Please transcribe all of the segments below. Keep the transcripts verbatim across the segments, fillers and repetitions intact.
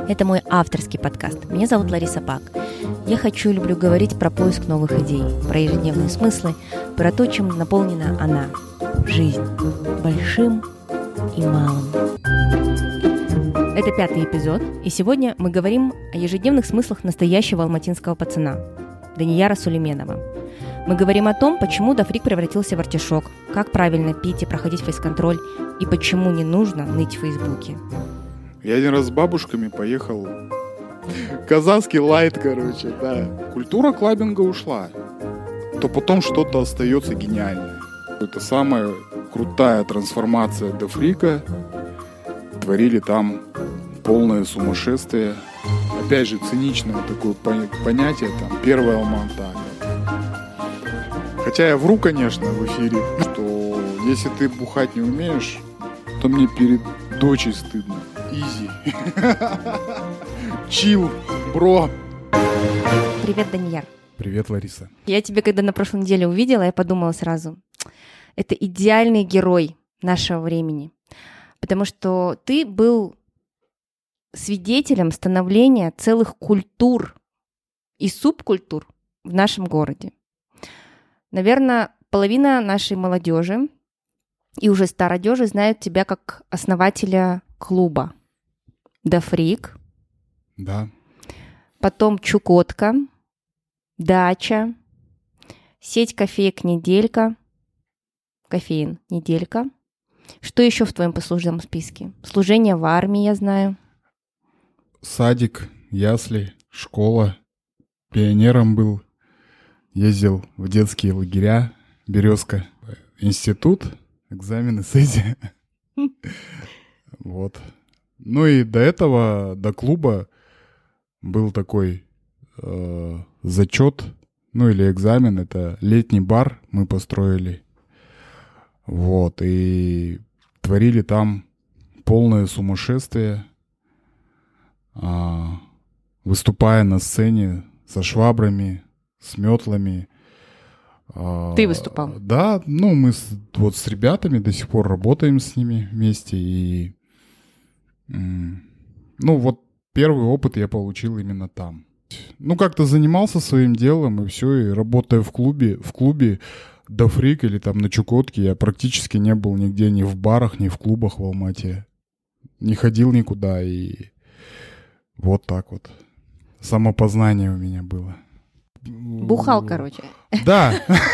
Это мой авторский подкаст. Меня зовут Лариса Пак. Я хочу и люблю говорить про поиск новых идей, про ежедневные смыслы, про то, чем наполнена она – жизнь, большим и малым. Это пятый эпизод, и сегодня мы говорим о ежедневных смыслах настоящего алматинского пацана – Данияра Сулейменова. Мы говорим о том, почему Дафрик превратился в артишок, как правильно пить и проходить фейс-контроль, и почему не нужно ныть в Фейсбуке. Я один раз с бабушками поехал. Казахский лайт, короче, да. Культура клабинга ушла. То потом что-то остается гениальное. Это самая крутая трансформация Дафрика. Творили там полное сумасшествие. Опять же, циничное такое понятие, там, первая Алмата. Хотя я вру, конечно, в эфире, что если ты бухать не умеешь, то мне перед дочей стыдно. Изи. Чил, бро. Привет, Данияр. Привет, Лариса. Я тебя, когда на прошлой неделе увидела, я подумала сразу, это идеальный герой нашего времени. Потому что ты был свидетелем становления целых культур и субкультур в нашем городе. Наверное, половина нашей молодежи и уже стародежи знают тебя как основателя клуба Дафрик. Да. Потом Чукотка, Дача, сеть кофеек Неделька, кофеин Неделька. Что еще в твоем послужном списке? Служение в армии, я знаю. Садик, ясли, школа. Пионером был. Ездил в детские лагеря. Березка. Институт. Экзамены, сессия. Вот. Ну и до этого, до клуба был такой э, зачет, ну или экзамен. Это летний бар мы построили. Вот. И творили там полное сумасшествие. Э, выступая на сцене со швабрами, с метлами. Ты выступал? Да, ну мы с, вот с ребятами до сих пор работаем с ними вместе. И ну вот первый опыт я получил именно там. Ну как-то занимался своим делом и все. И работая в клубе, в клубе Дафрик или там на Чукотке, я практически не был нигде, ни в барах, ни в клубах в Алмате. Не ходил никуда. И вот так вот. Самопознание у меня было. Бухал, короче. Да.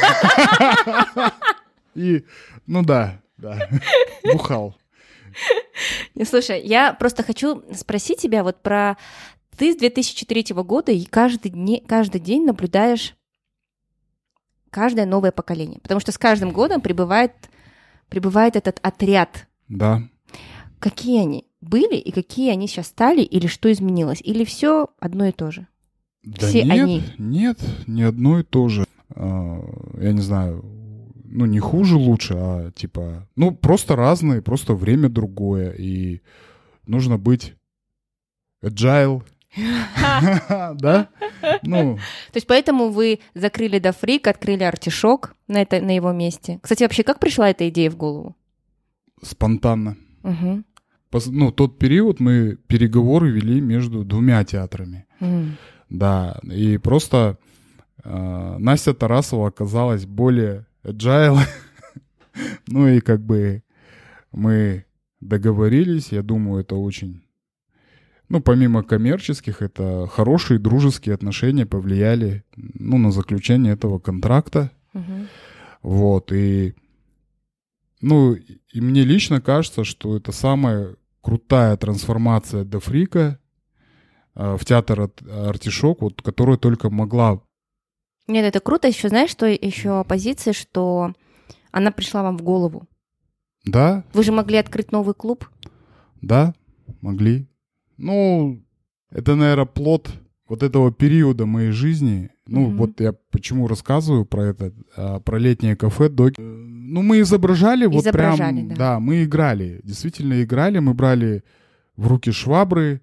И, ну да, да, бухал. Слушай, я просто хочу спросить тебя вот про... Ты с две тысячи третьего года и каждый, дне... каждый день наблюдаешь каждое новое поколение, потому что с каждым годом прибывает, прибывает этот отряд. Да. Какие они были и какие они сейчас стали, или что изменилось? Или все одно и то же? Да Все нет, они. Нет, не одно и то же. А, я не знаю, ну не хуже, лучше, а типа, ну просто разные, просто время другое, и нужно быть agile, да? Ну. То есть поэтому вы закрыли Дафрик, открыли артишок на, это, на его месте. Кстати, вообще, как пришла эта идея в голову? Спонтанно. Угу. Ну, тот период мы переговоры вели между двумя театрами. Mm. Да, и просто э, Настя Тарасова оказалась более agile. Ну и как бы мы договорились, я думаю, это очень... Ну, помимо коммерческих, это хорошие дружеские отношения повлияли, ну, на заключение этого контракта. Mm-hmm. Вот, и... Ну, и мне лично кажется, что это самая крутая трансформация Дафрика в театр «Артишок», вот, которая только могла. Нет, это круто. Еще знаешь, что еще позиция, что она пришла вам в голову. Да. Вы же могли открыть новый клуб. Да, могли. Ну, это, наверное, плод вот этого периода моей жизни. Ну, mm-hmm. вот я почему рассказываю про это, про летнее кафе. Доки. Ну, мы изображали, вот изображали, прям, да. да, мы играли, действительно играли. Мы брали в руки швабры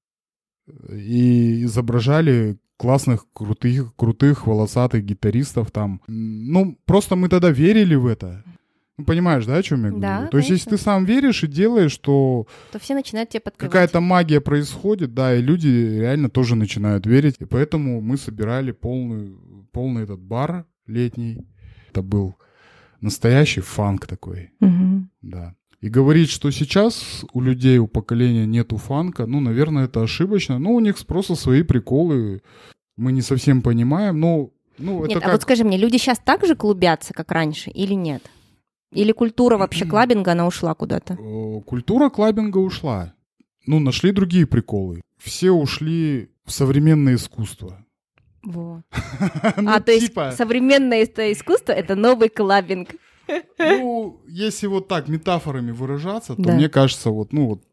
и изображали классных, крутых, крутых, волосатых гитаристов там. Ну, просто мы тогда верили в это. Ну, понимаешь, да, о чем я говорю? Да, То есть, если ты сам веришь и делаешь, то, то все начинают тебе подкрывать. Какая-то магия происходит, да, и люди реально тоже начинают верить. И поэтому мы собирали полный, полный этот бар летний. Это был настоящий фанк такой. Угу. Да. И говорить, что сейчас у людей, у поколения нету фанка, ну, наверное, это ошибочно. Ну, у них просто свои приколы. Мы не совсем понимаем, но... Ну, нет, это а как... вот скажи мне, люди сейчас так же клубятся, как раньше, или нет? Или культура вообще клаббинга, она ушла куда-то? Культура клаббинга ушла. Ну, нашли другие приколы. Все ушли в современное искусство. Вот. А, то есть современное искусство — это новый клаббинг. Ну, если вот так метафорами выражаться, то мне кажется, вот, ну вот...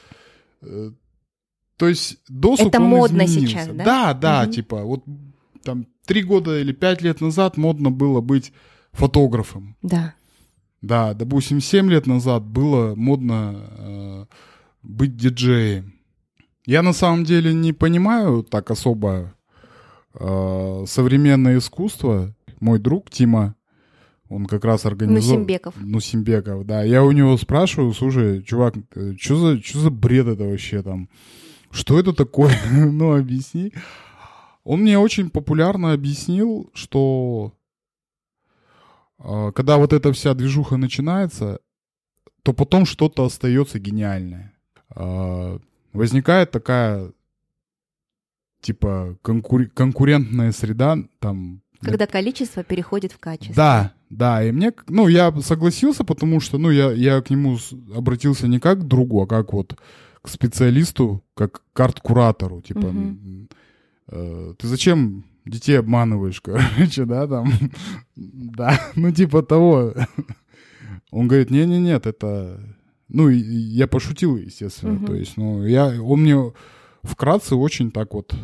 То есть досуг, это он модно изменился. сейчас, да? Да, да, типа, вот там три года или пять лет назад модно было быть фотографом. Да. Да, допустим, семь лет назад было модно э, быть диджеем. Я на самом деле не понимаю так особо э, современное искусство. Мой друг Тима, он как раз организовал... Нусимбеков. Нусимбеков, да. Я у него спрашиваю, слушай, чувак, что за, что за бред это вообще там? Что это такое? Ну, объясни. Он мне очень популярно объяснил, что... Когда вот эта вся движуха начинается, то потом что-то остается гениальное. Возникает такая, типа, конкур... конкурентная среда. Там, когда количество переходит в качество. Да, да. И мне, ну, я согласился, потому что, ну, я, я к нему обратился не как к другу, а как вот к специалисту, как к арт-куратору. Типа, угу. э, ты зачем... детей обманываешь, короче, да, там, да, ну, типа того. Он говорит, не-не-нет, это, ну, я пошутил, естественно, uh-huh. то есть, ну, я, он мне вкратце очень так вот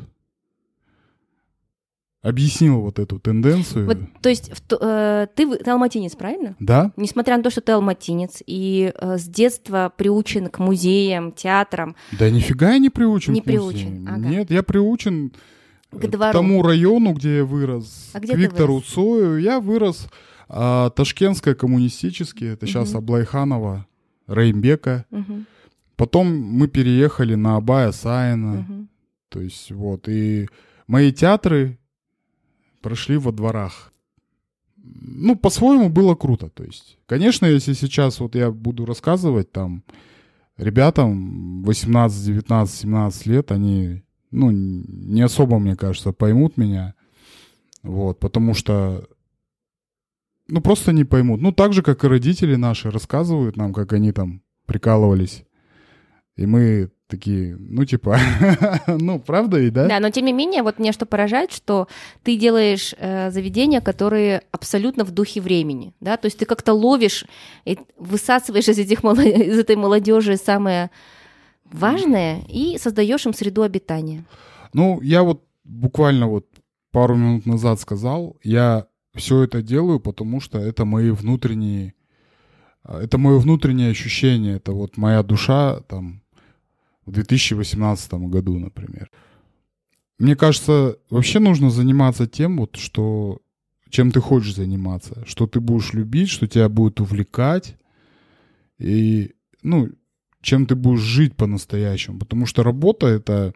объяснил вот эту тенденцию. Вот, то есть э, ты, ты алматинец, правильно? Да. Несмотря на то, что ты алматинец и э, с детства приучен к музеям, театрам. Да нифига я не приучен не к приучен. музеям. Ага. Нет, я приучен... К двору. К тому району, где я вырос, а к Виктору вырос? Цою. Я вырос а, Ташкентское коммунистическое, это угу. сейчас Аблайханова, Реймбека. Угу. Потом мы переехали на Абая Саина. Угу. То есть вот, и мои театры прошли во дворах. Ну, по-своему было круто. То есть, конечно, если сейчас вот я буду рассказывать там ребятам восемнадцать, девятнадцать, семнадцать лет, они... ну, не особо, мне кажется, поймут меня, вот, потому что, ну, просто не поймут. Ну, так же, как и родители наши рассказывают нам, как они там прикалывались, и мы такие, ну, типа, ну, правда и да? Да, но тем не менее, вот меня что поражает, что ты делаешь э, заведения, которые абсолютно в духе времени, да, то есть ты как-то ловишь, высасываешь из, этих, из этой молодежи самое... важное и создаешь им среду обитания. Ну, я вот буквально вот пару минут назад сказал, я все это делаю, потому что это мои внутренние, это мое внутреннее ощущение, это вот моя душа там в две тысячи восемнадцатом году, например. Мне кажется, вообще нужно заниматься тем, вот, что, чем ты хочешь заниматься, что ты будешь любить, что тебя будет увлекать, и, ну, чем ты будешь жить по-настоящему. Потому что работа — это...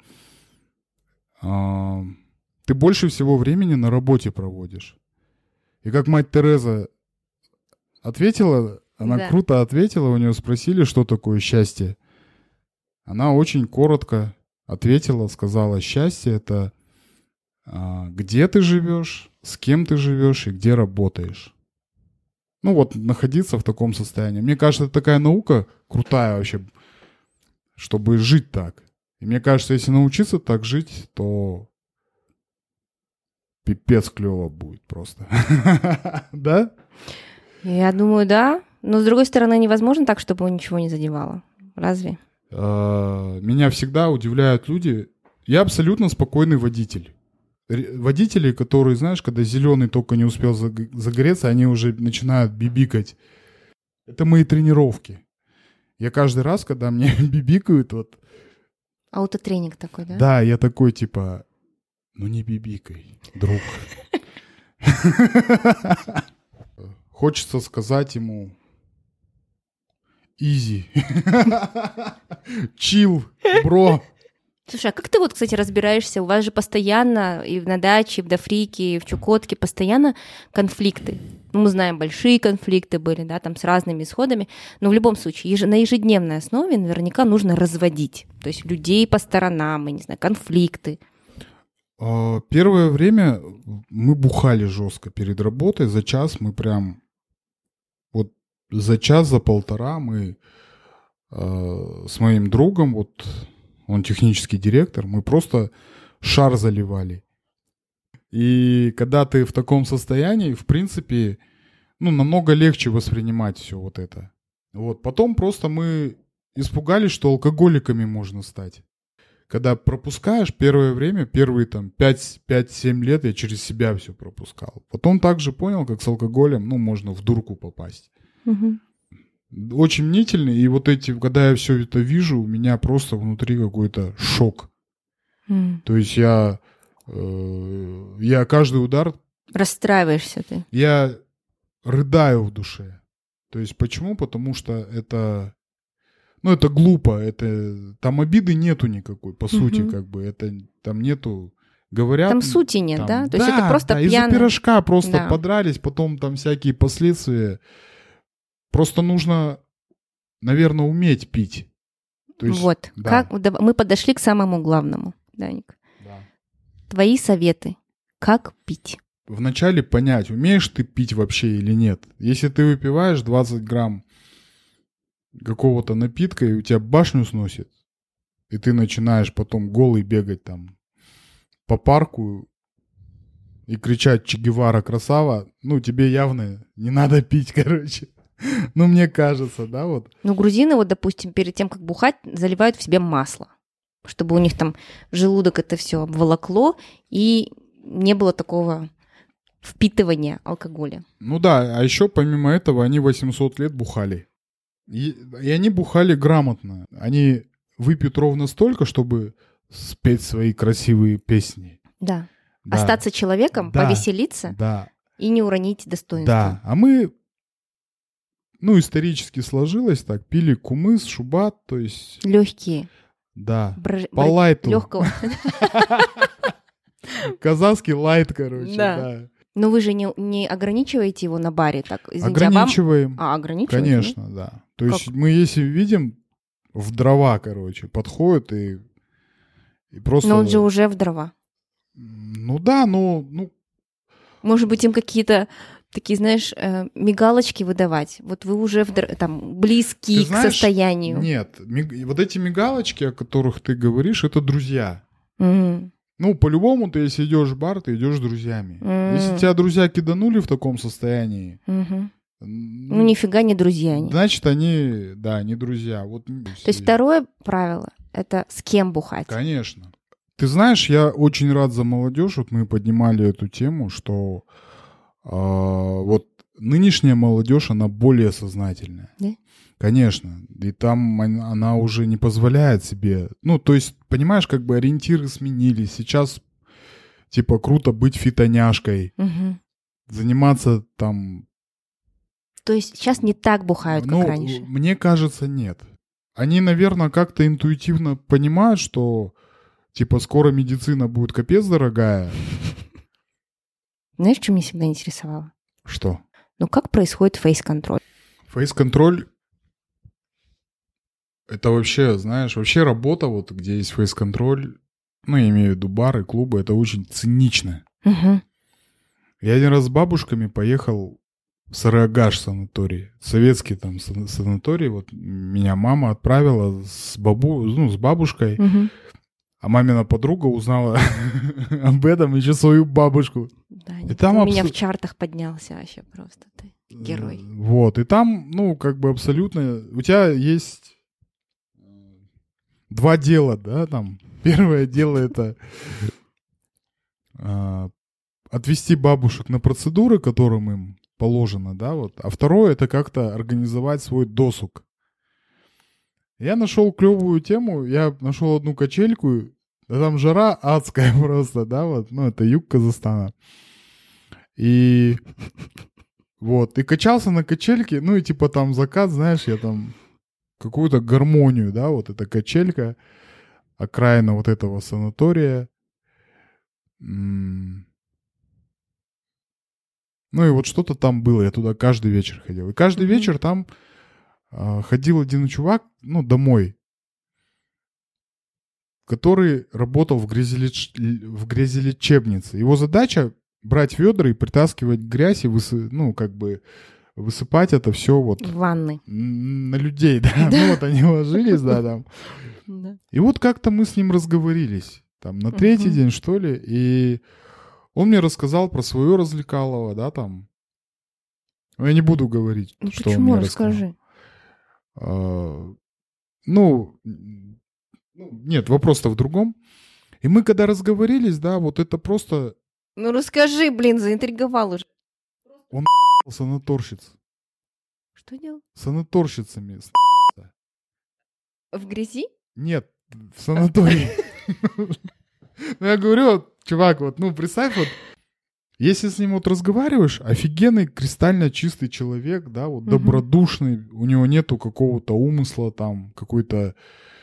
Э, ты больше всего времени на работе проводишь. И как мать Тереза ответила, она да. круто ответила, у нее спросили, что такое счастье. Она очень коротко ответила, сказала, счастье — это э, где ты живешь, с кем ты живешь и где работаешь. Ну вот, находиться в таком состоянии. Мне кажется, это такая наука крутая вообще, чтобы жить так. И мне кажется, если научиться так жить, то пипец клево будет просто. Да? Я думаю, да. Но, с другой стороны, невозможно так, чтобы ничего не задевало. Разве? Меня всегда удивляют люди. Я абсолютно спокойный водитель. Водители, которые, знаешь, когда зеленый только не успел загореться, они уже начинают бибикать. Это мои тренировки. Я каждый раз, когда мне бибикают, вот... Аутотренинг такой, да? Да, я такой, типа, ну не бибикай, друг. Хочется сказать ему, Изи. Чил, бро. Слушай, а как ты вот, кстати, разбираешься? У вас же постоянно и на даче, и в Дофрике, и в Чукотке постоянно конфликты. Ну, мы знаем, большие конфликты были, да, там с разными исходами. Но в любом случае, еж- на ежедневной основе наверняка нужно разводить. То есть людей по сторонам, я не знаю, конфликты. А, Первое время мы бухали жестко перед работой. За час мы прям... Вот за час, за полтора мы э, с моим другом, вот он технический директор, мы просто шар заливали. И когда ты в таком состоянии, в принципе, ну, намного легче воспринимать все вот это. Вот. Потом просто мы испугались, что алкоголиками можно стать. Когда пропускаешь первое время, первые там пять-семь лет я через себя все пропускал. Потом также понял, как с алкоголем, ну, можно в дурку попасть. Угу. Очень мнительный, и вот эти, когда я все это вижу, у меня просто внутри какой-то шок. Mm. То есть я, э, я каждый удар... Расстраиваешься ты. Я рыдаю в душе. То есть почему? Потому что это... Ну, это глупо, это... Там обиды нету никакой, по сути, Mm-hmm. как бы. Это там нету... Говорят... Там сути нет, там, да? То да, есть это просто да, пьяно. из-за пирожка просто да. подрались, потом там всякие последствия... Просто нужно, наверное, уметь пить. То есть, вот. да. Как, мы подошли к самому главному, Даник. Да. Твои советы. Как пить? Вначале понять, умеешь ты пить вообще или нет. Если ты выпиваешь двадцать грамм какого-то напитка, и у тебя башню сносит, и ты начинаешь потом голый бегать там по парку и кричать «Че Гевара, красава», ну, тебе явно не надо пить, короче. Ну, мне кажется, да, вот. Ну, грузины, вот, допустим, перед тем, как бухать, заливают в себе масло, чтобы у них там желудок это все обволокло, и не было такого впитывания алкоголя. Ну да, а еще помимо этого они восемьсот лет бухали. И, и они бухали грамотно. Они выпьют ровно столько, чтобы спеть свои красивые песни. Да. Да. Остаться человеком, да. повеселиться да. и не уронить достоинство. Да, а мы... Ну, исторически сложилось так. Пили кумыс, шубат, то есть... Легкие. Да. Бр... По лайту. Легкого. Казахский лайт, короче, да. да. Но вы же не, не ограничиваете его на баре, так? Извините, ограничиваем. А, вам... а, ограничиваете? Конечно, ну? да. То как? Есть мы, если видим, в дрова, короче, подходит и, и просто... Но он же уже в дрова. Ну да, но... Ну... Может быть, им какие-то... такие, знаешь, э, мигалочки выдавать. Вот вы уже в, там, близки ты к знаешь, состоянию. Нет, миг... вот эти мигалочки, о которых ты говоришь, это друзья. Mm. Ну, по-любому, ты если идешь в бар, ты идешь с друзьями. Mm. Если тебя друзья киданули в таком состоянии... Mm-hmm. Ну, ну, нифига не друзья они. Значит, они, да, не друзья. Вот... То есть второе правило — это с кем бухать. Конечно. Ты знаешь, я очень рад за молодежь. Вот мы поднимали эту тему, что... А, вот нынешняя молодежь, она более сознательная. Да? Конечно. И там она уже не позволяет себе... Ну, то есть, понимаешь, как бы ориентиры сменились. Сейчас, типа, круто быть фитоняшкой. Угу. Заниматься там... То есть сейчас не так бухают, как ну, раньше? Мне кажется, нет. Они, наверное, как-то интуитивно понимают, что, типа, скоро медицина будет капец дорогая. Знаешь, что меня всегда интересовало? Что? Ну, как происходит фейс-контроль? Фейс-контроль — это вообще, знаешь, вообще работа, вот где есть фейс-контроль, ну, я имею в виду бары, клубы, это очень цинично. Угу. Я один раз с бабушками поехал в Сарыагаш санаторий. Советский там санаторий. Вот меня мама отправила с, бабу, ну, с бабушкой. Угу. А мамина подруга узнала об этом еще свою бабушку. Да, и там у абс... меня в чартах поднялся вообще просто. Ты герой. Вот. И там, ну, как бы абсолютно... У тебя есть два дела, да, там. Первое дело — это а, отвезти бабушек на процедуры, которым им положено, да, вот. А второе — это как-то организовать свой досуг. Я нашел клевую тему, я нашел одну качельку, а там жара адская просто, да, вот, ну, это юг Казахстана. И вот, и качался на качельке, ну, и типа там закат, знаешь, я там какую-то гармонию, да, вот эта качелька, окраина вот этого санатория. Ну и вот что-то там было, я туда каждый вечер ходил. И каждый mm-hmm. вечер там э, ходил один чувак, ну, домой, который работал в, грязелеч... в грязелечебнице. Его задача брать ведра и притаскивать грязь и высы... ну, как бы высыпать это все вот... В ванны. На людей, да. Ну вот они ложились, да, там. И вот как-то мы с ним разговорились. Там на третий день, что ли. И он мне рассказал про свое развлекалово, да, там. Но я не буду говорить, ну, что почему? он мне Расскажи. рассказал. Ну... Нет, вопрос-то в другом. И мы когда разговорились, да, вот это просто... Ну расскажи, блин, заинтриговал уже. Он санаторщиц. Что делал? Санаторщицами. В грязи? Нет, в санатории. Ну я говорю, чувак, вот, ну представь, вот, если с ним вот разговариваешь, офигенный, кристально чистый человек, да, вот добродушный, у него нету какого-то умысла там, какой-то...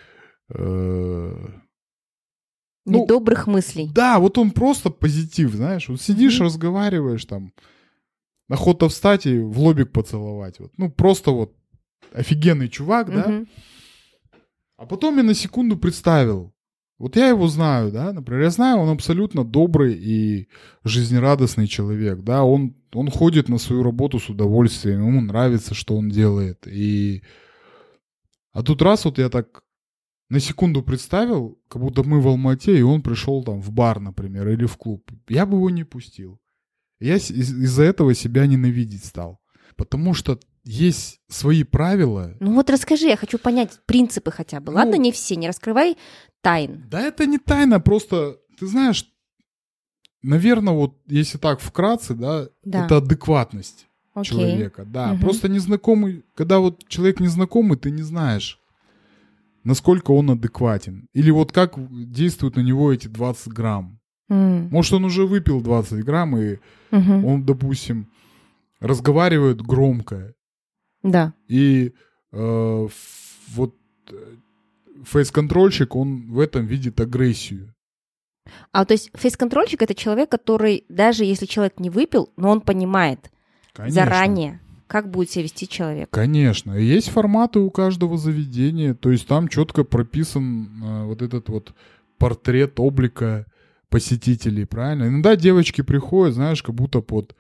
Недобрых ну, мыслей. Да, вот он просто позитив, знаешь. Вот сидишь, mm-hmm. разговариваешь, там, охота встать и в лобик поцеловать. Вот. Ну, просто вот офигенный чувак, mm-hmm. да. А потом я на секунду представил. Вот я его знаю, да, например, я знаю, он абсолютно добрый и жизнерадостный человек, да. Он, он ходит на свою работу с удовольствием, ему нравится, что он делает. И... А тут раз вот я так... На секунду представил, как будто мы в Алмате, и он пришел там в бар, например, или в клуб. Я бы его не пустил. Я из- из-за этого себя ненавидеть стал. Потому что есть свои правила. Ну вот расскажи, я хочу понять принципы хотя бы. Ну, ладно, не все, не раскрывай тайн. Да это не тайна, просто, ты знаешь, наверное, вот если так вкратце, да, да. это адекватность Окей. человека. Да, угу. Просто незнакомый, когда вот человек незнакомый, ты не знаешь, насколько он адекватен. Или вот как действуют на него эти двадцать грамм. Mm. Может, он уже выпил двадцать грамм, и mm-hmm. он, допустим, разговаривает громко. Да. И э, вот фейс-контрольщик, он в этом видит агрессию. А то есть фейс-контрольщик — это человек, который, даже если человек не выпил, но он понимает Конечно. заранее, как будет себя вести человек. Конечно. И есть форматы у каждого заведения. То есть там четко прописан э, вот этот вот портрет облика посетителей, правильно? Иногда девочки приходят, знаешь, как будто под...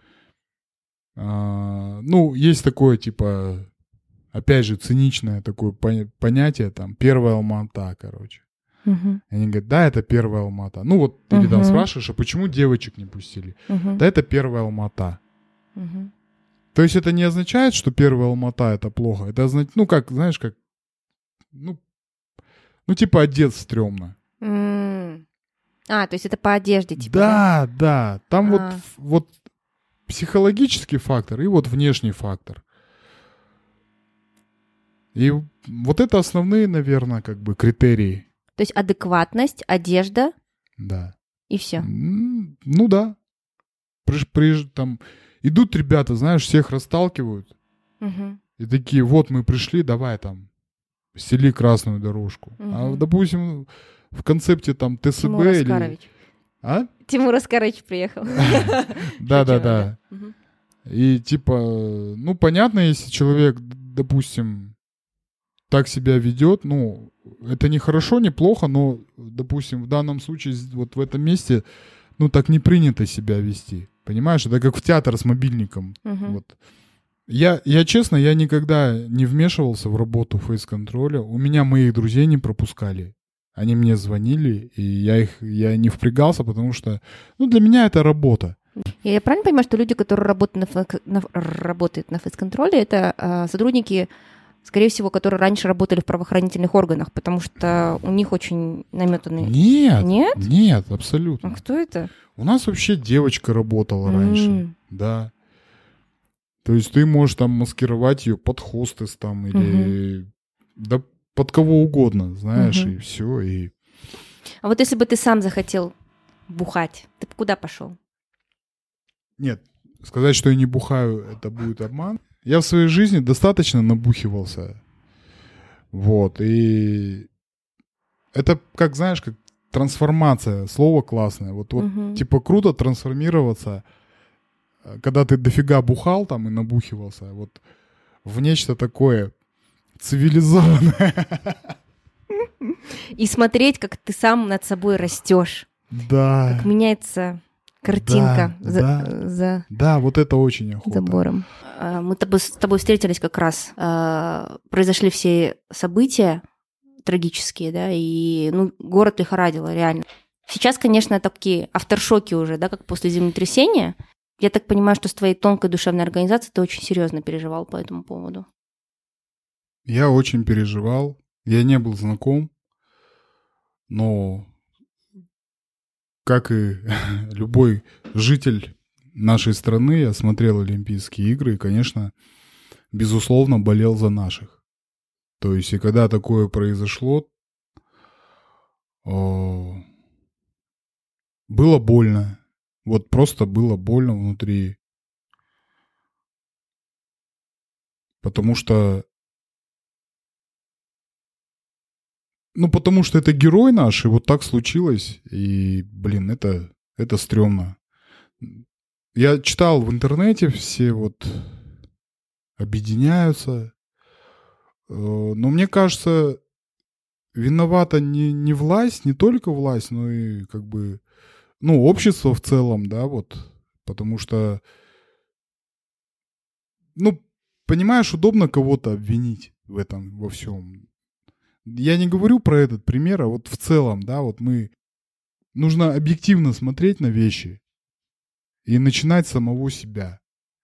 Э, ну, есть такое, типа, опять же, циничное такое понятие, там, первая Алма-Ата, короче. Uh-huh. Они говорят, да, это первая Алма-Ата. Ну вот, uh-huh. или там спрашиваешь, а почему девочек не пустили? Uh-huh. Да, это первая Алма-Ата. Uh-huh. То есть это не означает, что первая Алма-Ата это плохо. Это означает, ну как, знаешь, как, ну, ну типа одет стрёмно. Mm. А, то есть это по одежде, типа, да? Да, да. Там а. вот, вот психологический фактор и вот внешний фактор. И вот это основные, наверное, как бы критерии. То есть адекватность, одежда. Да. И все. Ну да. При, при, там... Идут ребята, знаешь, всех расталкивают. Uh-huh. И такие, вот мы пришли, давай там, стели красную дорожку. Uh-huh. А, допустим, в концепте там ТСБ Тимур или... Аскарович. А? Тимур Аскарович приехал. Да-да-да. И типа, ну, понятно, если человек, допустим, так себя ведет, ну, это не хорошо, не плохо, но, допустим, в данном случае, вот в этом месте, ну, так не принято себя вести. Понимаешь, это как в театр с мобильником. Uh-huh. Вот. Я, я, честно, я никогда не вмешивался в работу фейс-контроля. У меня моих друзей не пропускали. Они мне звонили, и я их я не впрягался, потому что, ну, для меня это работа. Я, я правильно понимаю, что люди, которые работают на, на, работают на фейс-контроле, это э, сотрудники, скорее всего, которые раньше работали в правоохранительных органах, потому что у них очень наметанные... Нет, нет, нет, абсолютно. А кто это? У нас вообще девочка работала mm. раньше, да. То есть ты можешь там маскировать ее под хостес там или mm-hmm. да под кого угодно, знаешь, mm-hmm. и все. И... А вот если бы ты сам захотел бухать, ты бы куда пошел? Нет, сказать, что я не бухаю, это будет обман. Я в своей жизни достаточно набухивался. Вот, и это, как, знаешь, как трансформация, слово классное. Вот, вот Мгм. типа, круто трансформироваться, когда ты дофига бухал там и набухивался, вот в нечто такое цивилизованное. И смотреть, как ты сам над собой растешь, Да. как меняется картинка Да, за, да. за Да, вот это очень охота. забором. А, Мы тобой- с тобой встретились как раз. а, Произошли все события трагические, да, и ну, город лихорадило, реально. Сейчас, конечно, такие авторшоки уже, да, как после землетрясения. Я так понимаю, что с твоей тонкой душевной организацией ты очень серьезно переживал по этому поводу. Я очень переживал. Я не был знаком, но, как и любой житель нашей страны, я смотрел Олимпийские игры и, конечно, безусловно, болел за наших. То есть, и когда такое произошло, о, было больно. Вот просто было больно внутри. Потому что... Ну, потому что это герой наш, и вот так случилось. И, блин, это, это стрёмно. Я читал в интернете, все вот объединяются. Э, Но мне кажется, виновата не, не власть, не только власть, но и как бы, ну, общество в целом, да, вот. Потому что, ну, понимаешь, удобно кого-то обвинить в этом, во всем. Я не говорю про этот пример, а вот в целом, да, вот мы... Нужно объективно смотреть на вещи и начинать с самого себя.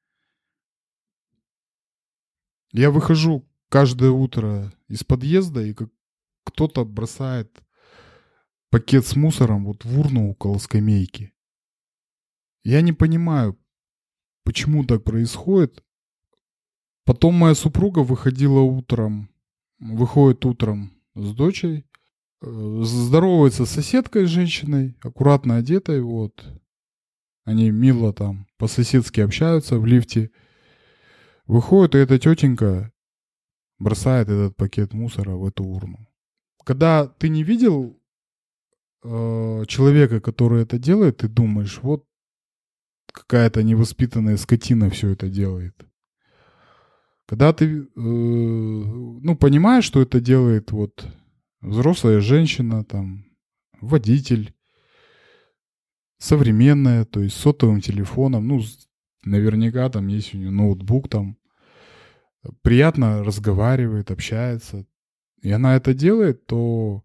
Я выхожу каждое утро из подъезда, и как кто-то бросает пакет с мусором вот в урну около скамейки. Я не понимаю, почему так происходит. Потом моя супруга выходила утром, выходит утром с дочей, э, здоровается с соседкой, женщиной, аккуратно одетой, вот. Они мило там по-соседски общаются в лифте. Выходит, и эта тетенька бросает этот пакет мусора в эту урну. Когда ты не видел э, человека, который это делает, ты думаешь, вот какая-то невоспитанная скотина все это делает. Когда ты, э, ну, понимаешь, что это делает вот взрослая женщина, там, водитель, современная, то есть с сотовым телефоном, ну, наверняка там есть у нее ноутбук, там, приятно разговаривает, общается, и она это делает, то,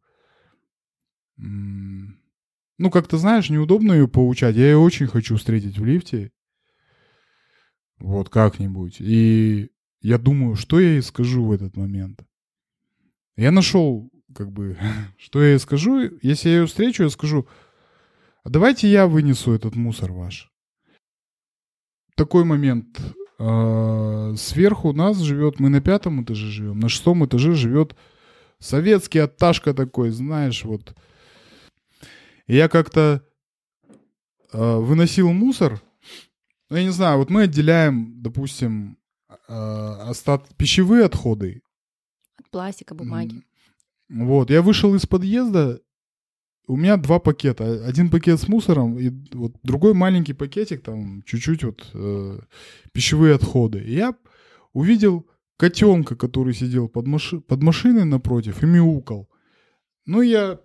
ну, как ты знаешь, неудобно ее поучать. Я ее очень хочу встретить в лифте, вот как-нибудь, и я думаю, что я ей скажу в этот момент. Я нашел, как бы, что я ей скажу. Если я ее встречу, я скажу, а давайте я вынесу этот мусор ваш. Такой момент. Сверху нас живет, мы на пятом этаже живем, на шестом этаже живет советский отташка такой, знаешь, вот. И я как-то выносил мусор. Ну, я не знаю, вот мы отделяем, допустим, остат... пищевые отходы. От пластика, бумаги. Вот, я вышел из подъезда, у меня два пакета. Один пакет с мусором и вот другой маленький пакетик, там чуть-чуть вот э, пищевые отходы. И я увидел котенка, который сидел под, маши... под машиной напротив и мяукал. Ну, я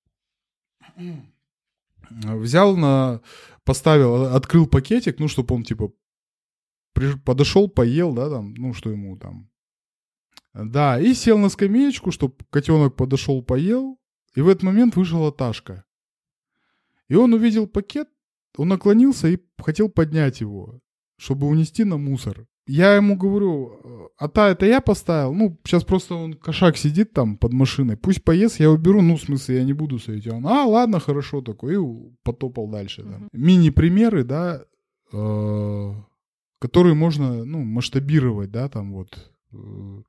взял на... Поставил, открыл пакетик, ну, чтобы он, типа, при... подошел, поел, да, там, ну, что ему там. Да, и сел на скамеечку, чтобы котенок подошел, поел. И в этот момент вышла Ташка. И он увидел пакет, он наклонился и хотел поднять его, чтобы унести на мусор. Я ему говорю, а та это я поставил? Ну, сейчас просто он, кошак сидит там под машиной, пусть поест, я уберу, ну, в смысле, я не буду с этим. Он, а, ладно, хорошо, такой, и потопал дальше. Да. Uh-huh. Мини-примеры, да, э- которые можно, ну, масштабировать, да, там вот, э-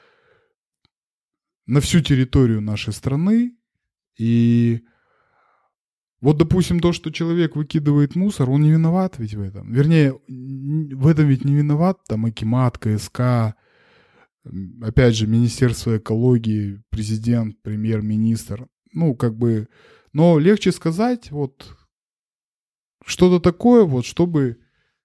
на всю территорию нашей страны. И вот, допустим, то, что человек выкидывает мусор, он не виноват ведь в этом. Вернее, в этом ведь не виноват там Акимат, КСК, опять же, Министерство экологии, президент, премьер-министр. Ну, как бы... Но легче сказать вот что-то такое, вот, чтобы...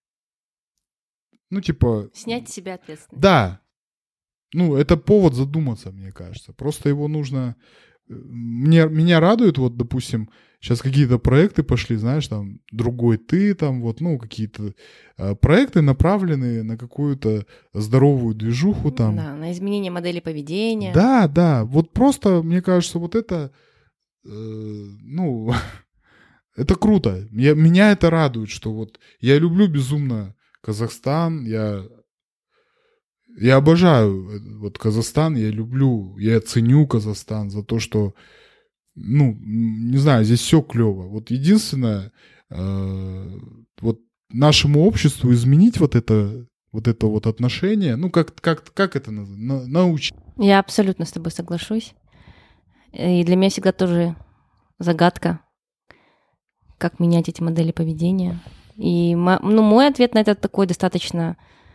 Ну, типа... Снять с себя ответственность. Да. Ну, это повод задуматься, мне кажется. Просто его нужно... Мне, меня радует, вот, допустим, сейчас какие-то проекты пошли, знаешь, там, другой ты, там, вот, ну, какие-то э, проекты, направленные на какую-то здоровую движуху, там. Да, на изменение модели поведения. Да, да, вот просто, мне кажется, вот это, э, ну, это круто. Я, меня это радует, что вот я люблю безумно Казахстан, я... Я обожаю вот Казахстан, я люблю, я ценю Казахстан за то, что, ну, не знаю, здесь все клево. Вот единственное, э, вот нашему обществу изменить вот это, вот это вот отношение, ну, как, как, как это на, научить? Я абсолютно с тобой соглашусь. И для меня всегда тоже загадка, как менять эти модели поведения. И, ну, мой ответ на это такой достаточно...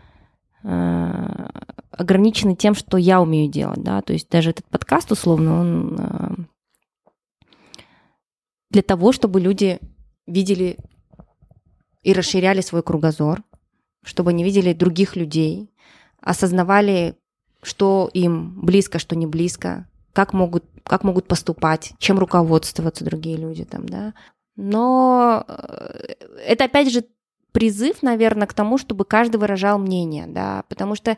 ограничены тем, что я умею делать, да, то есть даже этот подкаст, условно, он для того, чтобы люди видели и расширяли свой кругозор, чтобы они видели других людей, осознавали, что им близко, что не близко, как могут, как могут поступать, чем руководствоваться другие люди там, да. Но это, опять же, призыв, наверное, к тому, чтобы каждый выражал мнение, да, потому что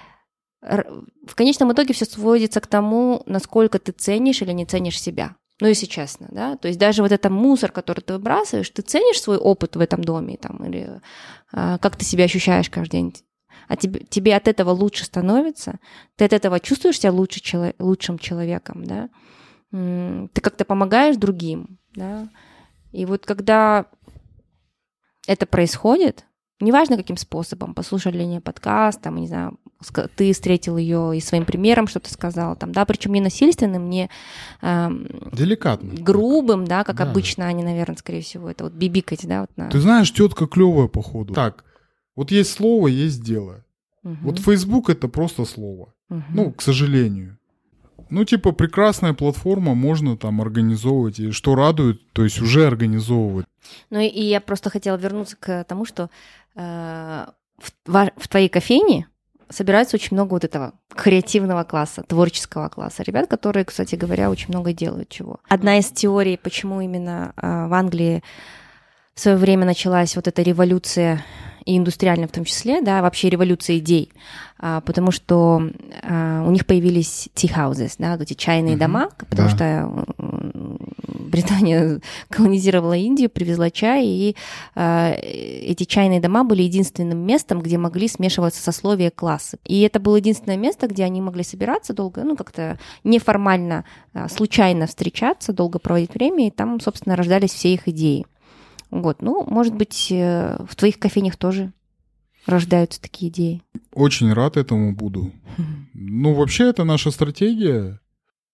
в конечном итоге все сводится к тому, насколько ты ценишь или не ценишь себя. Ну, если честно, да, то есть даже вот этот мусор, который ты выбрасываешь, ты ценишь свой опыт в этом доме, там, или а, как ты себя ощущаешь каждый день, а тебе, тебе от этого лучше становится, ты от этого чувствуешь себя лучше, чело, лучшим человеком, да, ты как-то помогаешь другим, да, и вот когда это происходит, неважно каким способом, послушали ли мне подкаст, там, не знаю, ты встретил ее и своим примером что-то сказал, там, да, причем не насильственным, не эм, деликатным, грубым, да, как да. Обычно они, наверное, скорее всего, это вот бибикать, да, вот на... Ты знаешь, тетка клевая, походу. Так, вот есть слово, есть дело. Угу. Вот Facebook это просто слово. Угу. Ну, к сожалению. Ну, типа, прекрасная платформа, можно там организовывать, и что радует, то есть уже организовывать. Ну, и, и я просто хотела вернуться к тому, что э, в, в твоей кофейне собирается очень много вот этого креативного класса, творческого класса. Ребят, которые, кстати говоря, очень много делают чего. Одна из теорий, почему именно э, в Англии в свое время началась вот эта революция, и индустриальная в том числе, да, вообще революция идей, а, потому что а, у них появились tea houses, да, вот эти чайные mm-hmm. дома, потому да. что Британия колонизировала Индию, привезла чай, и а, эти чайные дома были единственным местом, где могли смешиваться сословия, классы. И это было единственное место, где они могли собираться долго, ну, как-то неформально, а, случайно встречаться, долго проводить время, и там, собственно, рождались все их идеи. Вот, ну, может быть, в твоих кофейнях тоже рождаются такие идеи. Очень рад этому буду. Ну, вообще, это наша стратегия,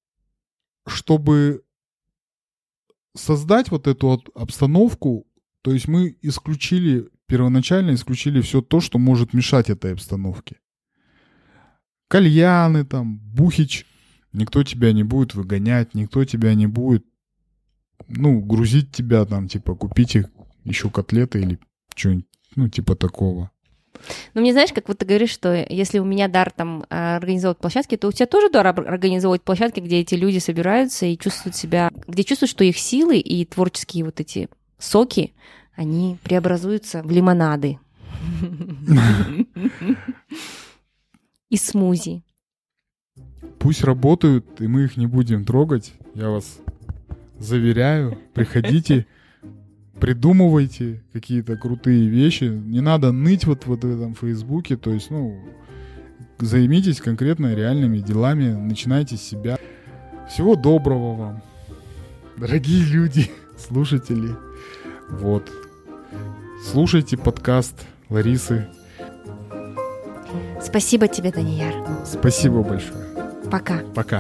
чтобы создать вот эту обстановку. То есть мы исключили, первоначально исключили все то, что может мешать этой обстановке. Кальяны, там, бухич. Никто тебя не будет выгонять, никто тебя не будет ну, грузить тебя там, типа, купите еще котлеты или что-нибудь, ну, типа такого. Ну, мне знаешь, как вот ты говоришь, что если у меня дар там организовывать площадки, то у тебя тоже дар организовывать площадки, где эти люди собираются и чувствуют себя, где чувствуют, что их силы и творческие вот эти соки, они преобразуются в лимонады. И смузи. Пусть работают, и мы их не будем трогать. Я вас заверяю, приходите, придумывайте какие-то крутые вещи. Не надо ныть вот, вот в этом Фейсбуке. То есть, ну, займитесь конкретно реальными делами, начинайте с себя. Всего доброго вам, дорогие люди, слушатели. Вот. Слушайте подкаст Ларисы. Спасибо тебе, Данияр. Спасибо большое. Пока. Пока.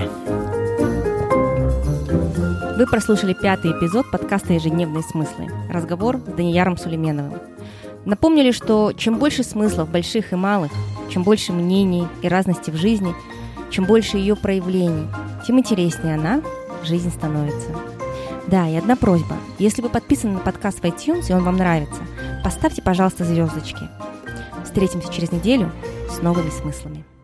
Вы прослушали пятый эпизод подкаста «Ежедневные смыслы». Разговор с Данияром Сулейменовым. Напомнили, что чем больше смыслов, больших и малых, чем больше мнений и разности в жизни, чем больше ее проявлений, тем интереснее она, жизнь становится. Да, и одна просьба. Если вы подписаны на подкаст в iTunes и он вам нравится, поставьте, пожалуйста, звездочки. Встретимся через неделю с новыми смыслами.